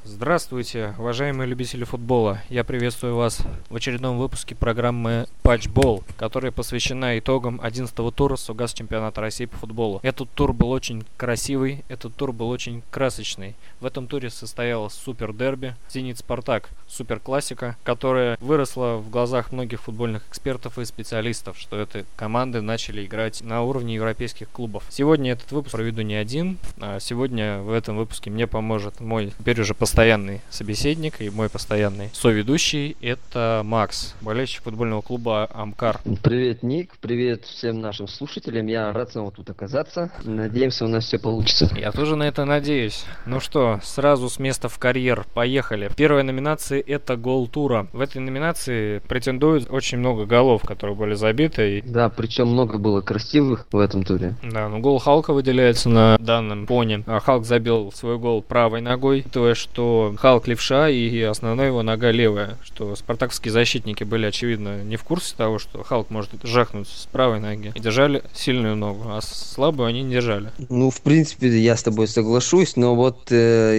Здравствуйте, уважаемые любители футбола. Я приветствую вас в очередном выпуске программы Патчбол, которая посвящена итогам 11-го тура Согаз чемпионата России по футболу. Этот тур был очень красивый, этот тур был очень красочный. В этом туре состоялось супер дерби Зенит-Спартак, супер классика, которая выросла в глазах многих футбольных экспертов и специалистов, что эти команды начали играть на уровне европейских клубов. Сегодня этот выпуск проведу не один, а сегодня в этом выпуске мне поможет мой теперь уже постоянный собеседник и мой постоянный соведущий, это Макс, болельщик футбольного клуба Амкар. Привет, Ник, привет всем нашим слушателям, я рад снова тут оказаться, надеемся, у нас все получится. Я тоже на это надеюсь. Ну что, сразу с места в карьер, поехали. Первая номинация — это гол тура. В этой номинации претендуют очень много голов, которые были забиты. Да, причем много было красивых в этом туре. Да, ну гол Халка выделяется на данном фоне. Халк забил свой гол правой ногой, то есть, что Халк левша и основная его нога левая, что спартаковские защитники были, очевидно, не в курсе того, что Халк может жахнуть с правой ноги, и держали сильную ногу, а слабую они не держали. Ну, в принципе, я с тобой соглашусь, но вот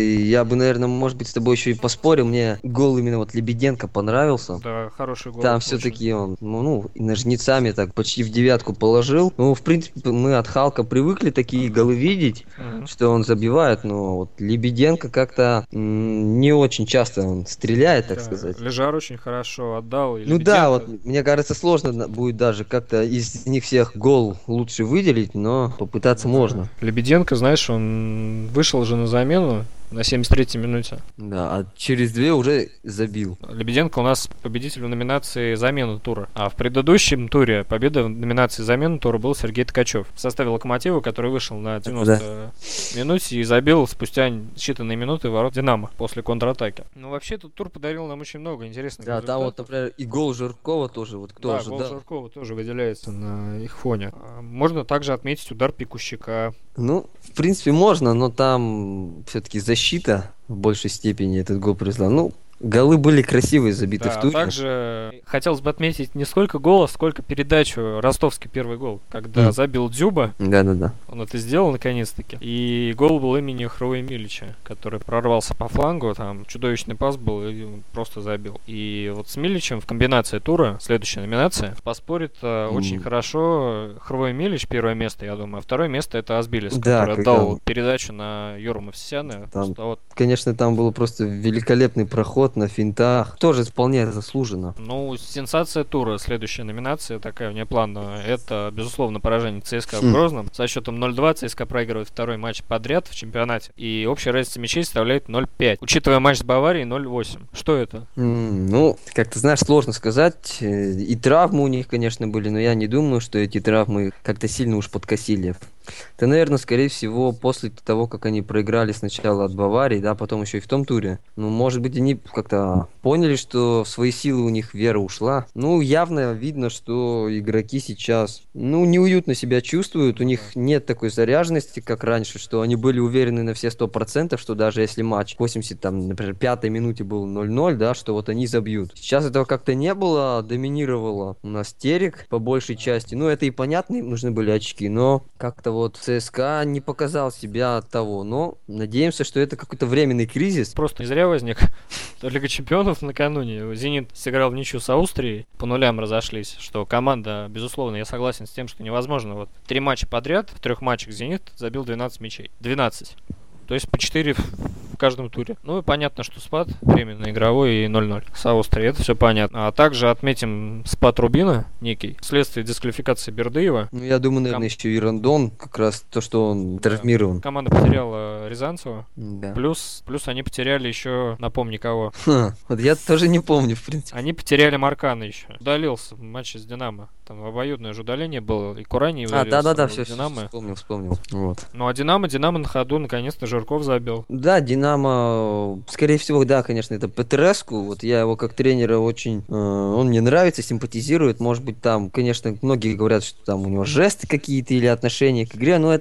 я бы, наверное, может быть, с тобой еще и поспорил, мне гол именно вот Лебеденко понравился. Да, хороший гол. Там все-таки он, и ножницами так почти в девятку положил. Ну, в принципе, мы от Халка привыкли такие голы видеть, что он забивает, но вот Лебеденко как-то не очень часто он стреляет, так сказать. Лежар очень хорошо отдал. Ну да, вот мне кажется, сложно будет даже как-то из них всех гол лучше выделить, но попытаться можно. Лебеденко, знаешь, он вышел же на замену на 73-й минуте. Да, а через 2 уже забил. Лебеденко у нас победитель в номинации «Замена тура». А в предыдущем туре победа в номинации «Замена тура» был Сергей Ткачев в составе «Локомотива», который вышел на 90 минуте и забил спустя считанные минуты ворот «Динамо» после контратаки. Ну, вообще, этот тур подарил нам очень много интересных результатов. Да, там вот, например, и гол Жиркова тоже. Вот кто ожидал? Да, гол Жиркова тоже выделяется на их фоне. Можно также отметить удар Пикущика. Ну, в принципе, можно, но там все-таки защита в большей степени этот гол привезла. Ну, голы были красивые, забиты в туре. Также хотелось бы отметить не сколько гола, сколько передачу. Ростовский первый гол, когда забил Дзюба. Да. Он это сделал наконец-таки. И гол был имени Хрова Милича, который прорвался по флангу. Там чудовищный пас был, и он просто забил. И вот с Миличем в комбинации тура, следующая номинация, поспорит очень хорошо Хрова Милич, первое место, я думаю. А второе место — это Азбилис, который дал передачу на Юру Мовсисяна. Конечно, там был просто великолепный проход на финтах. Тоже вполне заслуженно. Ну, сенсация тура, следующая номинация такая внеплановая, это, безусловно, поражение ЦСКА в Грозном. Со счетом 0-2 ЦСКА проигрывает второй матч подряд в чемпионате. И общая разница мячей составляет 0-5. Учитывая матч с Баварией, 0-8. Что это? Ну, как ты знаешь, сложно сказать. И травмы у них, конечно, были, но я не думаю, что эти травмы как-то сильно уж подкосили. Это, наверное, скорее всего, после того, как они проиграли сначала от Баварии, да, потом еще и в том туре. Ну, может быть, они как-то поняли, что в свои силы у них вера ушла. Ну, явно видно, что игроки сейчас, неуютно себя чувствуют. У них нет такой заряженности, как раньше, что они были уверены на все 100%, что даже если матч 80, там, например, 5-й минуте был 0-0, да, что вот они забьют. Сейчас этого как-то не было, доминировало у нас Терек по большей части. Ну, это и понятно, им нужны были очки, но как-то вот ЦСКА не показал себя от того, но надеемся, что это какой-то временный кризис. Просто не зря возник Лига чемпионов накануне. Зенит сыграл в ничью с Аустрией, по нулям разошлись, что команда, безусловно, я согласен с тем, что невозможно. Вот 3 матча подряд, в 3 матчах Зенит забил 12 мячей. 12. То есть по 4 в каждом туре. Ну и понятно, что спад временно игровой и 0-0 с Аустрией. Это все понятно. А также отметим спад Рубина некий, вследствие дисквалификации Бердыева. Ну, я думаю, наверное, еще и Рандон, как раз то, что он травмирован. Команда потеряла Рязанцева. Да. Плюс они потеряли еще, напомни кого. Вот я тоже не помню, в принципе. Они потеряли Маркана еще. Удалился в матче с Динамо. Там обоюдное же удаление было. И Курани удалился. Да, все, вспомнил. Вот. Ну а Динамо на ходу наконец-то Жирков забил. Да, Динамо, скорее всего, да, конечно, это Петреску. Вот я его как тренера очень... он мне нравится, симпатизирует. Может быть, там, конечно, многие говорят, что там у него жесты какие-то или отношения к игре, но это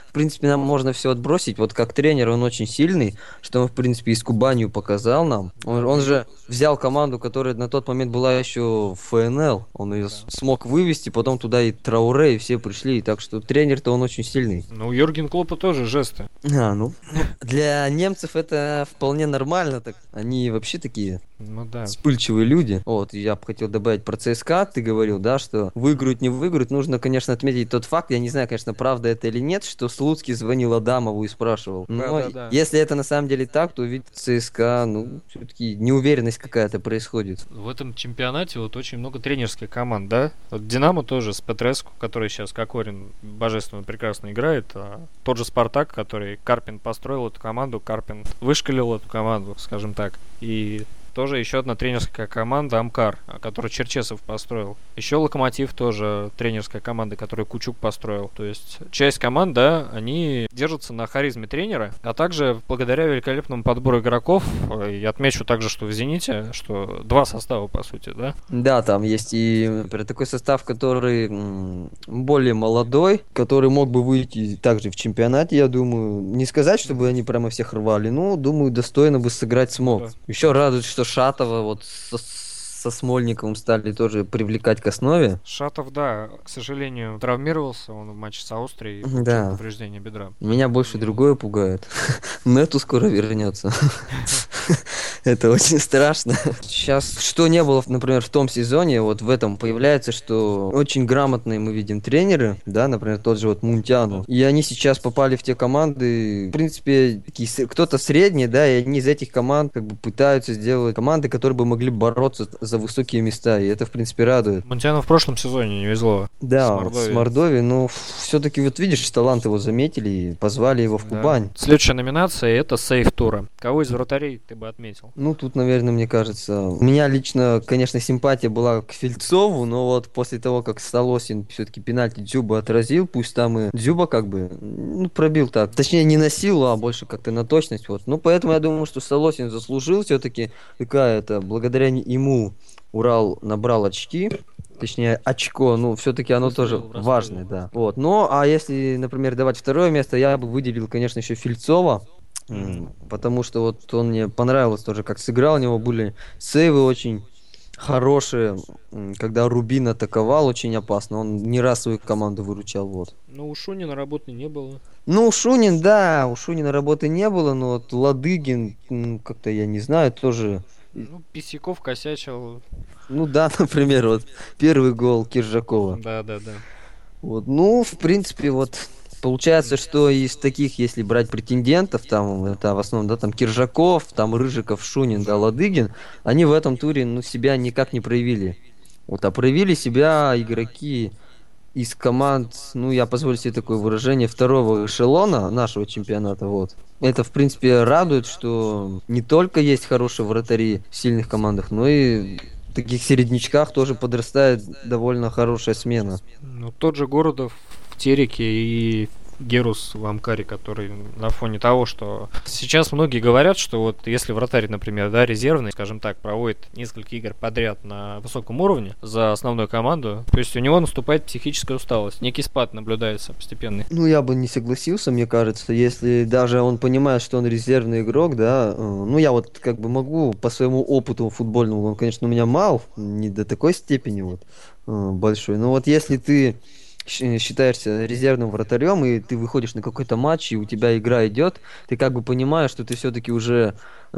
в принципе, нам можно все отбросить. Вот как тренер он очень сильный, что он, в принципе, и с Кубанью показал нам. Да, Он же взял команду, которая на тот момент была еще в ФНЛ. Он ее да. смог вывести, потом туда и Трауре, и все пришли. Так что тренер-то он очень сильный. Ну, у Юрген Клоппа тоже жесты. Ну, для немцев это вполне нормально. Так. Они вообще такие Ну да. вспыльчивые люди. Вот, я бы хотел добавить про ЦСКА. Ты говорил, да, что выиграть, не выиграть. Нужно, конечно, отметить тот факт, я не знаю, конечно, правда это или нет, что Слуцкий звонил Адамову и спрашивал. Но Да. если это на самом деле так, то ведь ЦСКА, ну, все-таки неуверенность какая-то происходит. В этом чемпионате вот очень много тренерских команд, да? Вот Динамо тоже с Петреску, который сейчас Кокорин божественно прекрасно играет, а тот же Спартак, который Карпин построил эту команду, Карпин вышкалил эту команду, скажем так, и тоже еще одна тренерская команда Амкар, которую Черчесов построил. Еще Локомотив тоже тренерская команда, которую Кучук построил. То есть часть команд, да, они держатся на харизме тренера, а также благодаря великолепному подбору игроков. Я отмечу также, что в Зените, что два состава, по сути, да? Да, там есть и, например, такой состав, который более молодой, который мог бы выйти также в чемпионате, я думаю. Не сказать, чтобы они прямо всех рвали, но, думаю, достойно бы сыграть смог. Да. Еще радует, что Шатова вот со Смольниковым стали тоже привлекать к основе. Шатов, да, к сожалению, травмировался он в матче с Аустрией и получил Да. повреждение бедра. Меня больше другое пугает. Нету скоро вернется. Это очень страшно. Сейчас, что не было, например, в том сезоне, вот в этом появляется, что очень грамотные мы видим тренеры, да, например, тот же вот Мунтяну. И они сейчас попали в те команды, в принципе, кто-то средний, да, и они из этих команд как бы пытаются сделать команды, которые бы могли бороться за высокие места, и это, в принципе, радует. Монтиану в прошлом сезоне не везло. Да, с Мордовией, но все-таки вот видишь, талант его заметили и позвали его в Кубань. Следующая номинация — это сейф тура. Кого из вратарей ты бы отметил? Ну, тут, наверное, мне кажется, у меня лично, конечно, симпатия была к Фельдцову, но вот после того, как Столосин все-таки пенальти Дзюба отразил, пусть там и Дзюба как бы, ну, пробил так. Точнее, не на силу, а больше как-то на точность, вот. Ну, поэтому я думаю, что Столосин заслужил все-таки какая-то, благодаря ему Урал набрал очки. Точнее, очко, ну, все-таки оно тоже важное, да. Вот. Но, а если, например, давать второе место, я бы выделил, конечно, еще Фельдцова. Потому что вот он мне понравился тоже, как сыграл, у него были сейвы очень хорошие, когда Рубин атаковал, очень опасно, он не раз свою команду выручал, вот. Ну, у Шунина работы не было. Ну, у Шунина работы не было, но вот Ладыгин, как-то, я не знаю, тоже... Ну, Писяков косячил. Ну да, например, вот первый гол Киржакова. Да. Вот, ну, в принципе, вот... Получается, что из таких, если брать претендентов, там, это в основном, да, там, Киржаков, там, Рыжиков, Шунин, да, Ладыгин, они в этом туре, ну, себя никак не проявили. Вот, а проявили себя игроки из команд, ну, я позволю себе такое выражение, второго эшелона нашего чемпионата, вот. Это, в принципе, радует, что не только есть хорошие вратари в сильных командах, но и в таких середнячках тоже подрастает довольно хорошая смена. Ну, тот же Городов в Тереке и Герус в Амкаре, который на фоне того, что сейчас многие говорят, что вот если вратарь, например, да, резервный, скажем так, проводит несколько игр подряд на высоком уровне за основную команду, то есть у него наступает психическая усталость, некий спад наблюдается постепенный. Ну, я бы не согласился, мне кажется, если даже он понимает, что он резервный игрок, да, ну, я вот как бы могу по своему опыту футбольному, он, конечно, у меня мал, не до такой степени вот большой, но вот если ты считаешься резервным вратарем, и ты выходишь на какой-то матч, и у тебя игра идет, ты как бы понимаешь, что ты все-таки уже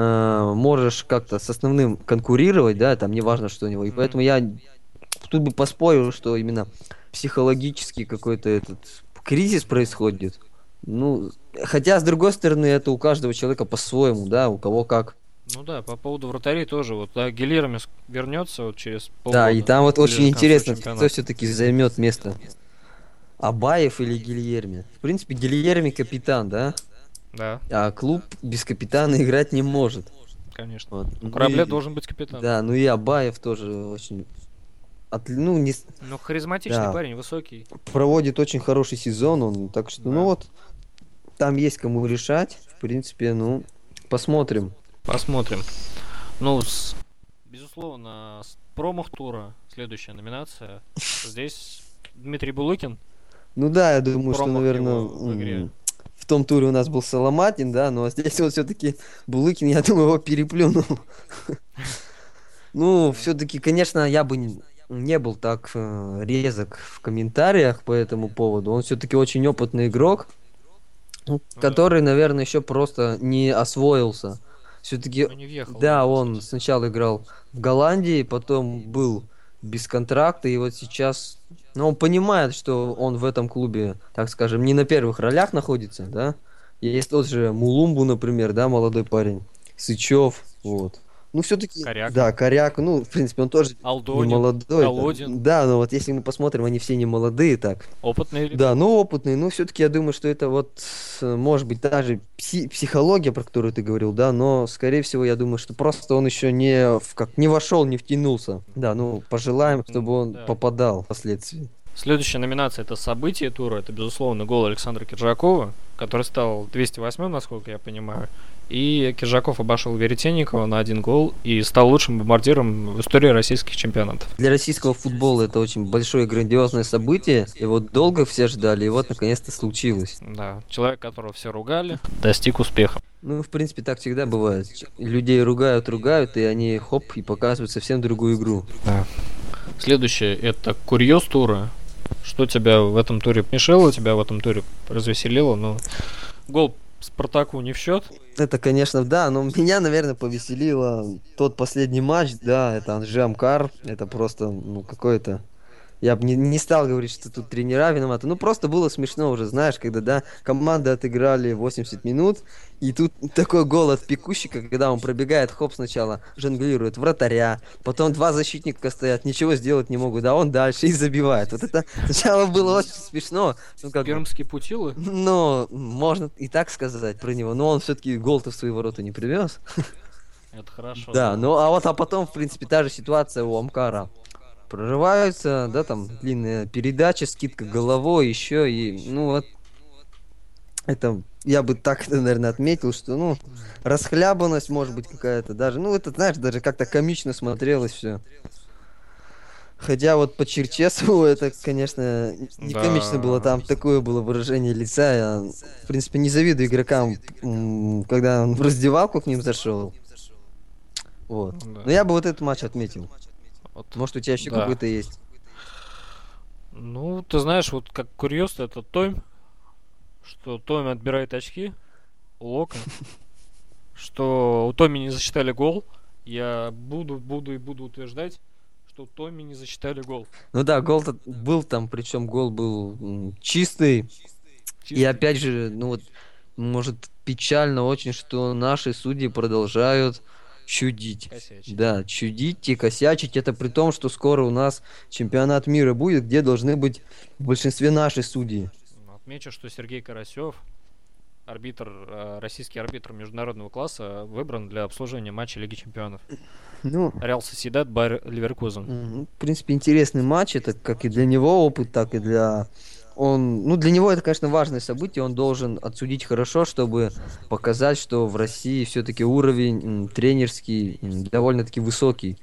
можешь как-то с основным конкурировать, да, там неважно что у него. И поэтому я тут бы поспорил, что именно психологический какой-то этот кризис происходит. Ну, хотя, с другой стороны, это у каждого человека по-своему, да, у кого как. Ну да, по поводу вратарей тоже. Вот да, Гильерми вернется вот через полгода. Да, и там вот очень интересно, чемпионата. кто все-таки займет место. Абаев или Гильерми? В принципе, Гильерми капитан, да? Да. А клуб без капитана играть не может. Конечно. Вот. У Корабля должен быть капитан. Да, ну и Абаев тоже очень... Ну, харизматичный да. парень, высокий. Проводит очень хороший сезон, он, так что, Да. ну вот, там есть кому решать. В принципе, ну, посмотрим. Посмотрим. Ну, безусловно, с промах тура следующая номинация. Здесь Дмитрий Булыкин. Ну да, я думаю, что, Промах наверное, его в игре. в том туре у нас был Соломатин, да, но здесь вот все-таки Булыкин, я думаю, его переплюнул. Ну, Да. все-таки, конечно, я бы не был так резок в комментариях по этому поводу. Он все-таки очень опытный игрок, ну, Ну да. который, наверное, еще просто не освоился. Все-таки, Ну не въехал, да, да, в он состав. сначала играл в Голландии, потом был без контракта, и вот сейчас, ну, он понимает, что он в этом клубе, так скажем, не на первых ролях находится, да. Есть тот же Мулумбу, например, да, молодой парень, Сычев, вот. Ну, все-таки, да, Коряка, Коряк, ну, в принципе, он тоже не Алдонин, молодой, да, Колодин. да, но вот если мы посмотрим, они все не молодые, так. Опытные Да, ребята. ну опытный, но все-таки я думаю, что это вот, может быть, даже психология, про которую ты говорил, да, но, скорее всего, я думаю, что просто он еще не вошел, не втянулся. Да, ну, пожелаем, чтобы он Да. попадал впоследствии. Следующая номинация это событие тура. Это, безусловно, гол Александра Киржакова, который стал 208-м, насколько я понимаю. И Киржаков обошел Веретенникова на один гол и стал лучшим бомбардиром в истории российских чемпионатов. Для российского футбола это очень большое и грандиозное событие. Его долго все ждали, и вот наконец-то случилось. Да, человек, которого все ругали, достиг успеха. Ну, в принципе, так всегда бывает. Людей ругают, и они хоп, и показывают совсем другую игру. Да. Следующее это курьез тура. Что тебя в этом туре мешало, тебя в этом туре развеселило? Ну, гол Спартаку не в счет. Это, конечно, да, но меня, наверное, повеселило тот последний матч, да, это Анжи Амкар, это просто, ну, какое-то. Я бы не стал говорить, что тут тренера виноваты. Ну, просто было смешно уже, знаешь, когда, да, команды отыграли 80 минут, и тут такой гол от Пекущика, когда он пробегает, хоп, сначала жонглирует вратаря, потом два защитника стоят, ничего сделать не могут, а он дальше и забивает. Вот это сначала было очень смешно, ну, как бы, Пермские путилы. но можно и так сказать про него, но он все-таки гол-то в свои ворота не привез. Это хорошо, Да, да. ну, а потом, в принципе, та же ситуация у Амкара прорываются, да, там длинная передача, скидка головой, еще и, ну вот, это, я бы так, наверное, отметил, что, ну, расхлябанность, может быть, какая-то даже, ну, это, знаешь, даже как-то комично смотрелось все. Хотя вот по Черчесову это, конечно, не комично было, Да, там такое было выражение лица, я, в принципе, не завидую игрокам, когда он в раздевалку к ним зашел, вот. да. Но я бы вот этот матч отметил. Вот, Может, у тебя еще да. какой-то есть? Ну, ты знаешь, вот как курьез это Том, что Томми отбирает очки у Лока, что у Томми не засчитали гол. Я буду утверждать, что у Томми не засчитали гол. Ну да, гол был там, причем гол был чистый. И Чистый. опять же, ну вот, может, печально очень, что наши судьи продолжают чудить. Косячить. Да, чудить и косячить. Это при том, что скоро у нас чемпионат мира будет, где должны быть в большинстве наши судьи. Отмечу, что Сергей Карасев, российский арбитр международного класса, выбран для обслуживания матча Лиги Чемпионов. Ну, Реал Сосьедад, Байер Ливеркузен. в принципе, интересный матч. Это как и для него опыт, так и для... Ну, для него это, конечно, важное событие. Он должен отсудить хорошо, чтобы показать, что в России все-таки уровень тренерский довольно-таки высокий.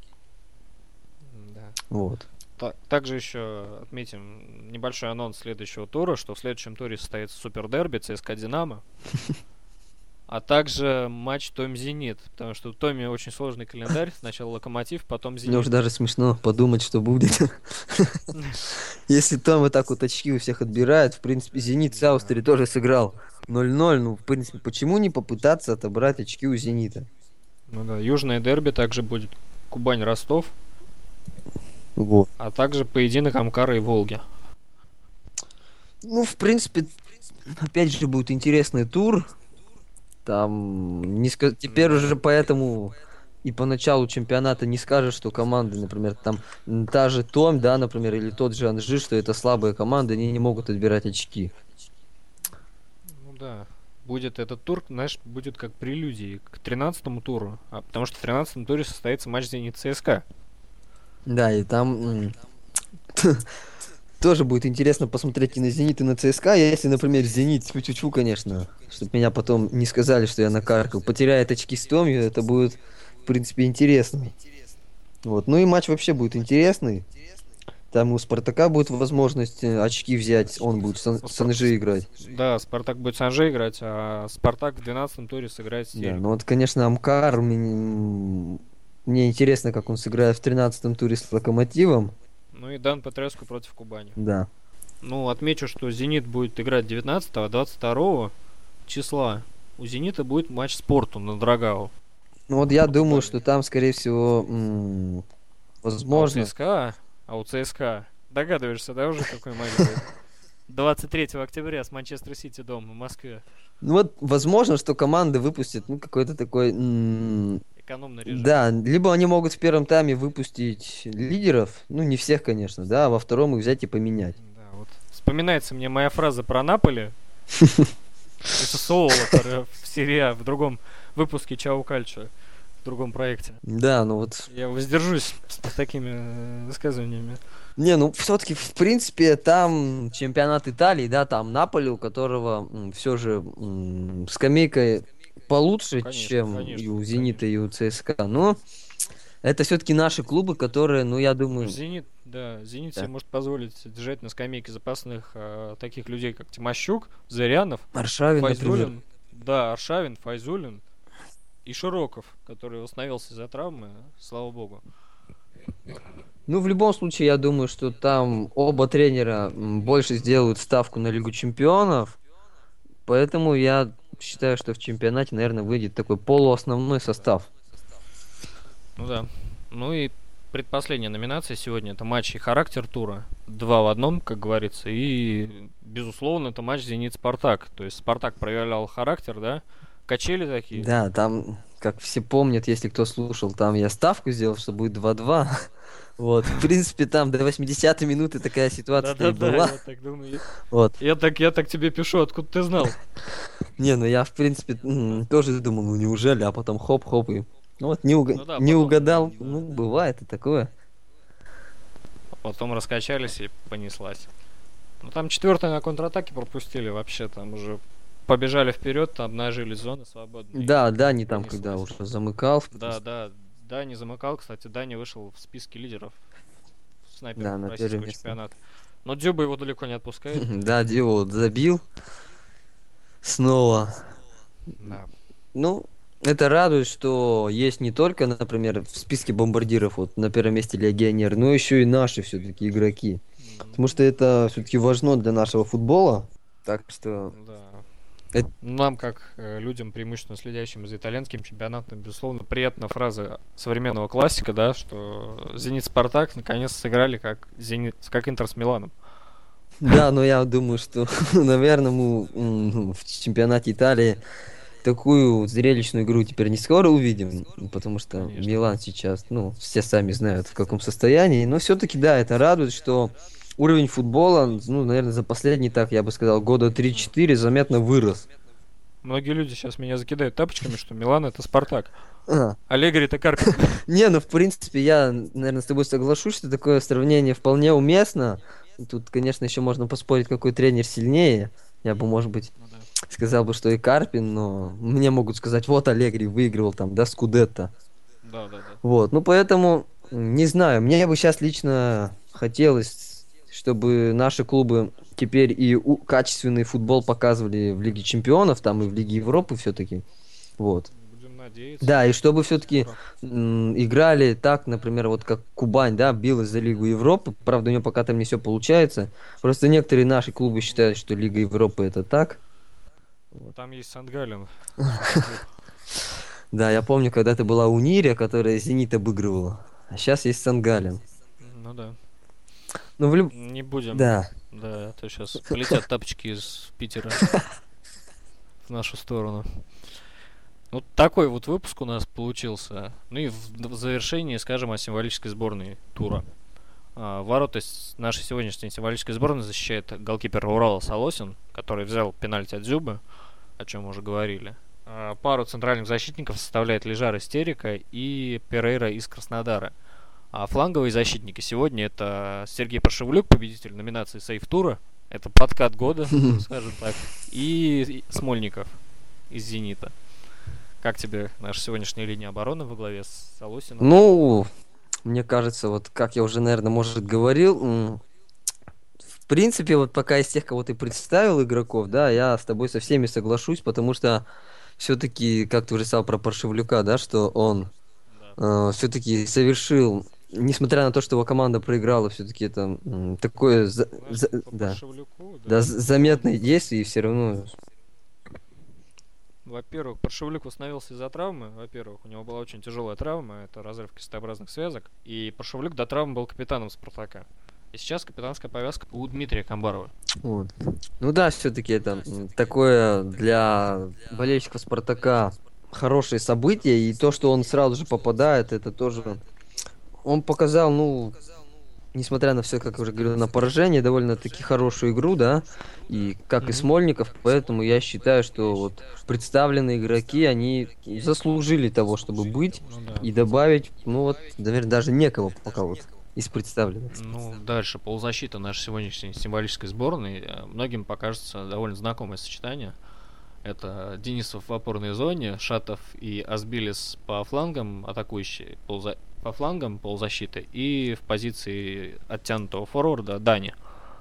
Да. Вот. Также еще отметим небольшой анонс следующего тура, что в следующем туре состоится супердерби ЦСКА Динамо. А также матч Том-Зенит, потому что у Томи очень сложный календарь. Сначала Локомотив, потом Мне уже Зенит. даже смешно подумать, что будет. Если там вот так вот очки у всех отбирает, в принципе, Зенит с Да. Австрией тоже сыграл 0-0. Ну, в принципе, почему не попытаться отобрать очки у Зенита? Ну да, южное дерби также будет Кубань-Ростов, Вот. а также поединок Амкара и Волги. Ну, в принципе, опять же, будет интересный тур. Там теперь уже поэтому и по началу чемпионата не скажешь, что команды, например, там та же Том, да, например, или тот же Анжи, что это слабые команды, они не могут отбирать очки. Ну да. Будет этот тур, знаешь, будет как прелюдия к 13-му туру. Потому что в 13-м туре состоится матч Зенит-ЦСКА. Да, и там тоже будет интересно посмотреть и на Зенит, и на ЦСКА. Если, например, Зенит, тьфу-тьфу-тьфу, конечно, чтобы меня потом не сказали, что я накаркал, потеряет очки с Томью, это будет, в принципе, интересно. Вот. Ну и матч вообще будет интересный. Там у Спартака будет возможность очки взять, он будет Ну, с Анжи играть. Да, Спартак будет с Анжей играть, а Спартак в 12-м туре сыграет с Да, Тереком. ну вот, конечно, Амкар, мне интересно, как он сыграет в 13-м туре с Локомотивом. Ну и Дан Петреску против Кубани. Да. Ну, отмечу, что Зенит будет играть 19-го, а 22 числа у Зенита будет матч спорту на Драгау. Ну вот я думаю, Португалии. что там, скорее всего, А у возможно... ЦСКА, догадываешься, да, уже какой матч будет? 23 октября с Манчестер Сити дома в Москве. Ну вот, возможно, что команды выпустят, ну, какой-то такой... Экономный режим. Да, либо они могут в первом тайме выпустить лидеров, ну, не всех, конечно, да, а во втором их взять и поменять. Да, вот. Вспоминается мне моя фраза про Наполи. Это Соло, который в серии А, в другом выпуске Чао Кальчо, в другом проекте. Да, ну вот... Я воздержусь с такими высказываниями. Не, ну, все-таки, в принципе, там чемпионат Италии, да, там Наполи, у которого все же скамейка получше, Конечно, чем и конечно, у Зенита, конечно. и у ЦСКА, но это все-таки наши клубы, которые, ну, я Ну, думаю... Зенит, да, Зенит себе Да. может позволить держать на скамейке запасных таких людей, как Тимощук, Зырянов, Аршавин, например. Файзулин, да, Аршавин, Файзулин и Широков, который восстановился из-за травмы, слава богу. Ну, в любом случае, я думаю, что там оба тренера больше сделают ставку на Лигу Чемпионов, поэтому я считаю, что в чемпионате, наверное, выйдет такой полуосновной состав. Ну да. Ну и предпоследняя номинация сегодня — это матч и характер тура. Два в одном, как говорится. И, безусловно, это матч Зенит-Спартак. То есть Спартак проявлял характер, да? Качели такие. Да, там, как все помнят, если кто слушал, там я ставку сделал, что будет 2-2. Вот, в принципе, там до 80-й минуты такая ситуация и Да-да-да, была. я так думаю. Вот. Я так тебе пишу, откуда ты знал? Не, ну я, в принципе, тоже думал, ну неужели, а потом хоп-хоп и... Ну вот, Ну да, не потом, угадал, да, ну, да. бывает и такое. Потом раскачались и понеслась. Ну там четвертое на контратаке пропустили вообще, там уже побежали вперед, обнажили зоны свободные. Да, и Дани там, понеслась. когда уже замыкал. Да, Дани замыкал, кстати, Дани вышел в списке лидеров Да, снайперов на первое российского место. чемпионата. Но Дзюба его далеко не отпускает. Да, Дио забил снова. Да. Ну, это радует, что есть не только, например, в списке бомбардиров, вот на первом месте легионер, но еще и наши все-таки игроки. Потому что это все-таки важно для нашего футбола. Так что... Да. Это- Нам, как людям, преимущественно следящим за итальянским чемпионатом, безусловно, приятна фраза современного классика, да, что Зенит-Спартак наконец сыграли как Интер с Миланом. Да, но я думаю, что, наверное, мы в чемпионате Италии такую зрелищную игру теперь не скоро увидим, потому что Конечно. Милан сейчас, ну, все сами знают в каком состоянии, но все-таки, да, это радует, что уровень футбола, ну, наверное, за последние, так, я бы сказал, года 3-4 заметно вырос. Многие люди сейчас меня закидают тапочками, что Милан — это Спартак. А, Аллегри — это Карпин. Не, ну, в принципе, я, наверное, с тобой соглашусь, что такое сравнение вполне уместно. Тут, конечно, еще можно поспорить, какой тренер сильнее. Я бы, может быть, Ну да. сказал бы, что и Карпин, но мне могут сказать, вот Аллегри выигрывал там, да, Скудетто. Да. Вот, ну поэтому, не знаю, мне бы сейчас лично хотелось, чтобы наши клубы теперь и качественный футбол показывали в Лиге Чемпионов, там и в Лиге Европы все-таки. Вот. Будем надеяться. Да, и чтобы все-таки Скоро. играли так, например, вот как Кубань, да, билась за Лигу Европы. Правда, у нее пока там не все получается. Просто некоторые наши клубы считают, что Лига Европы это так. Там есть Сандгален. Да, я помню, когда-то была Унирия, которая Зенит обыгрывала. А сейчас есть Сан-Гален. Ну да. Ну, Не будем. Да. Да, а то сейчас полетят тапочки из Питера в нашу сторону. Вот такой вот выпуск у нас получился. Ну и в завершении скажем о символической сборной тура. Ворота нашей сегодняшней символической сборной защищает голкипер Урала Солосин, который взял пенальти от Дзюбы, о чем мы уже говорили. Пару центральных защитников составляет Лежар из Терека и Перейра из Краснодара. А фланговые защитники сегодня — это Сергей Прошевлюк, победитель номинации Сейф Тура. Это подкат года, скажем так. И Смольников из Зенита. Как тебе наша сегодняшняя линия обороны во главе с Солосиным? Ну, Мне кажется, вот как я уже, наверное, может, говорил, в принципе, вот пока из тех, кого ты представил, игроков, да, я с тобой со всеми соглашусь, потому что все-таки, как ты уже сказал про Паршевлюка, да, что он Да. все-таки совершил, несмотря на то, что его команда проиграла, все-таки это такое, Знаешь, по да, Паршевлюку, да, да. Ну, заметное действие, и все равно. во-первых, Паршевлюк восстановился из-за травмы. Во-первых, у него была очень тяжелая травма, это разрыв крестообразных связок. И Паршевлюк до травмы был капитаном Спартака. И сейчас капитанская повязка у Дмитрия Камбарова. Вот. Ну да, все-таки это такое для болельщиков Спартака хорошее событие, и то, что он сразу же попадает, это тоже. Он показал, ну, несмотря на все, как я уже говорил, на поражение, довольно-таки хорошую игру, да, и как и Мгм. Смольников, поэтому я считаю, что вот представленные игроки, они заслужили того, чтобы быть Ну да. и добавить, ну вот, наверное, даже некого пока вот из представленных. Ну, дальше, полузащита нашей сегодняшней символической сборной. Многим покажется довольно знакомое сочетание. Это Денисов в опорной зоне, Шатов и Азбилис по флангам атакующие, по флангам полузащиты, и в позиции оттянутого форварда Дани.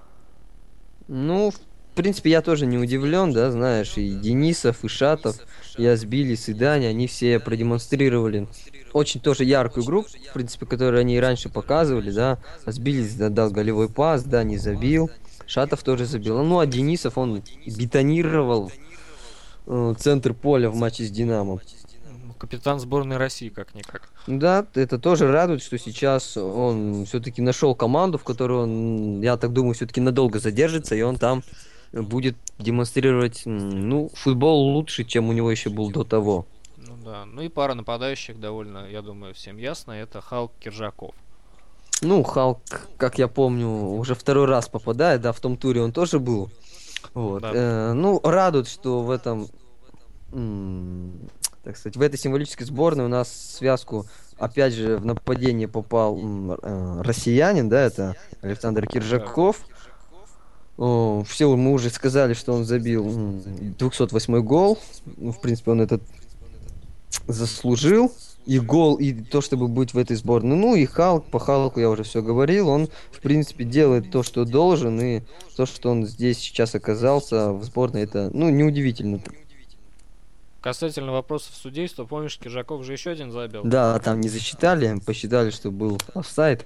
Ну, в принципе, я тоже не удивлен, да, знаешь, и Денисов, и Шатов, и Азбилис, и Даня, они все продемонстрировали очень тоже яркую игру, в принципе, которую они и раньше показывали, да. Азбилис дал голевой пас, Дани забил, Шатов тоже забил. Ну, а Денисов, он бетонировал центр поля в матче с Динамо. Капитан сборной России, как-никак. Да, это тоже радует, что сейчас он все-таки нашел команду, в которой он, я так думаю, все-таки надолго задержится, и он там будет демонстрировать, ну, футбол лучше, чем у него еще был до того. Ну да. Ну и пара нападающих довольно, я думаю, всем ясно. Это Халк Киржаков. Ну, Халк, как я помню, уже второй раз попадает, да, в том туре он тоже был. Вот. Да. Ну, радует, что в этом, м, так сказать, в этой символической сборной у нас в связку, опять же, в нападение попал россиянин, да, это Александр Да. Киржаков. Все, мы уже сказали, что он забил 208 гол. Ну, в принципе, он этот заслужил. И гол, и то, чтобы быть в этой сборной. Ну и Халк, по Халку я уже все говорил. Он, в принципе, делает то, что должен. И то, что он здесь сейчас оказался в сборной, это, ну, неудивительно. Касательно вопросов судейства, помнишь, Киржаков же еще один забил? Да, там не засчитали, посчитали, что был офсайд.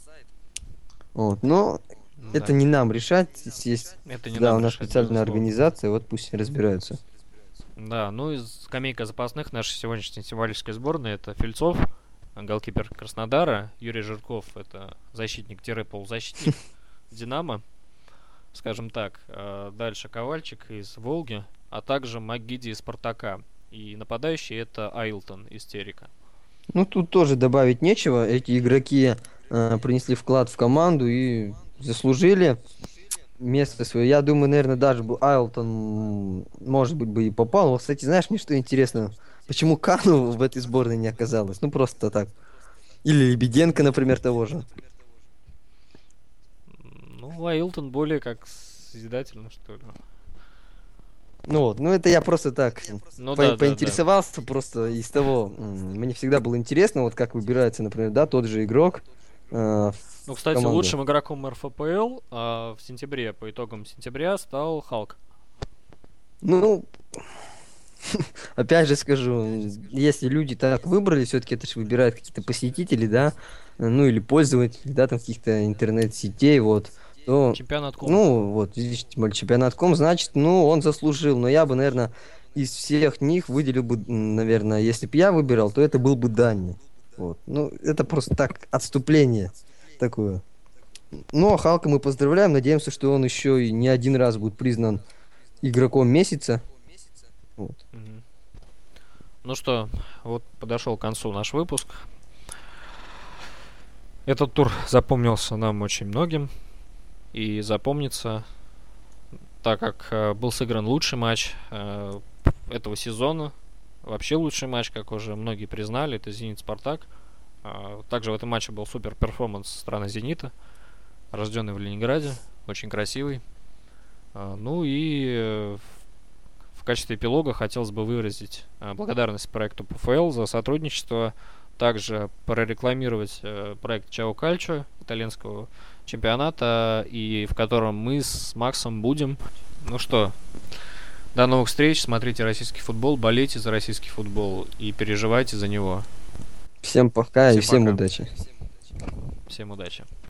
Вот, но это Да. не нам решать. Здесь есть, Это не да, у нам нас решать, специальная безусловно. организация, вот пусть разбираются. Да, ну и скамейка запасных нашей сегодняшней символической сборной это Фельцов, голкипер Краснодара, Юрий Жирков, это защитник-полузащитник Динамо, скажем так. Дальше Ковальчик из Волги, а также Макгиди из Спартака. И нападающий это Айлтон из Терека. Ну, тут тоже добавить нечего. Эти игроки принесли вклад в команду и заслужили место свое. Я думаю, наверное, даже бы Айлтон, может быть, бы и попал. Вот, кстати, знаешь, мне что интересно? Почему Кану в этой сборной не оказалось? Ну, просто так. Или Лебеденко, например, того же. Ну, Айлтон более как созидательно, что ли. Ну вот, ну это я просто так Ну да, да, да. поинтересовался просто из того, мне всегда было интересно, вот как выбирается, например, да, тот же игрок в Ну, кстати, команду. лучшим игроком РФПЛ в сентябре, по итогам сентября, стал Халк. Ну, опять же скажу, если люди так выбрали, все-таки это же выбирают какие-то посетители, да, ну или пользователи, да, там каких-то интернет-сетей, вот, то, Чемпионат.ком. ну, вот, видишь, тем более чемпионат.ком, значит, ну, он заслужил, но я бы, наверное, из всех них выделил бы, наверное, если бы я выбирал, то это был бы Дани, вот, ну, это просто так, отступление такое. Ну, а Халка мы поздравляем, надеемся, что он еще и не один раз будет признан игроком месяца, вот. Мгм. Ну что, вот подошел к концу наш выпуск. Этот тур запомнился нам очень многим. И запомнится, так как был сыгран лучший матч этого сезона. Вообще лучший матч, как уже многие признали, это «Зенит-Спартак». Также в этом матче был супер перформанс страны «Зенита», рожденный в Ленинграде, очень красивый. Ну и в качестве эпилога хотелось бы выразить благодарность проекту ПФЛ за сотрудничество также прорекламировать проект Чао Кальчо, итальянского чемпионата, и в котором мы с Максом будем. Ну что, до новых встреч, смотрите российский футбол, болейте за российский футбол и переживайте за него. Всем пока и всем пока. удачи. Всем удачи.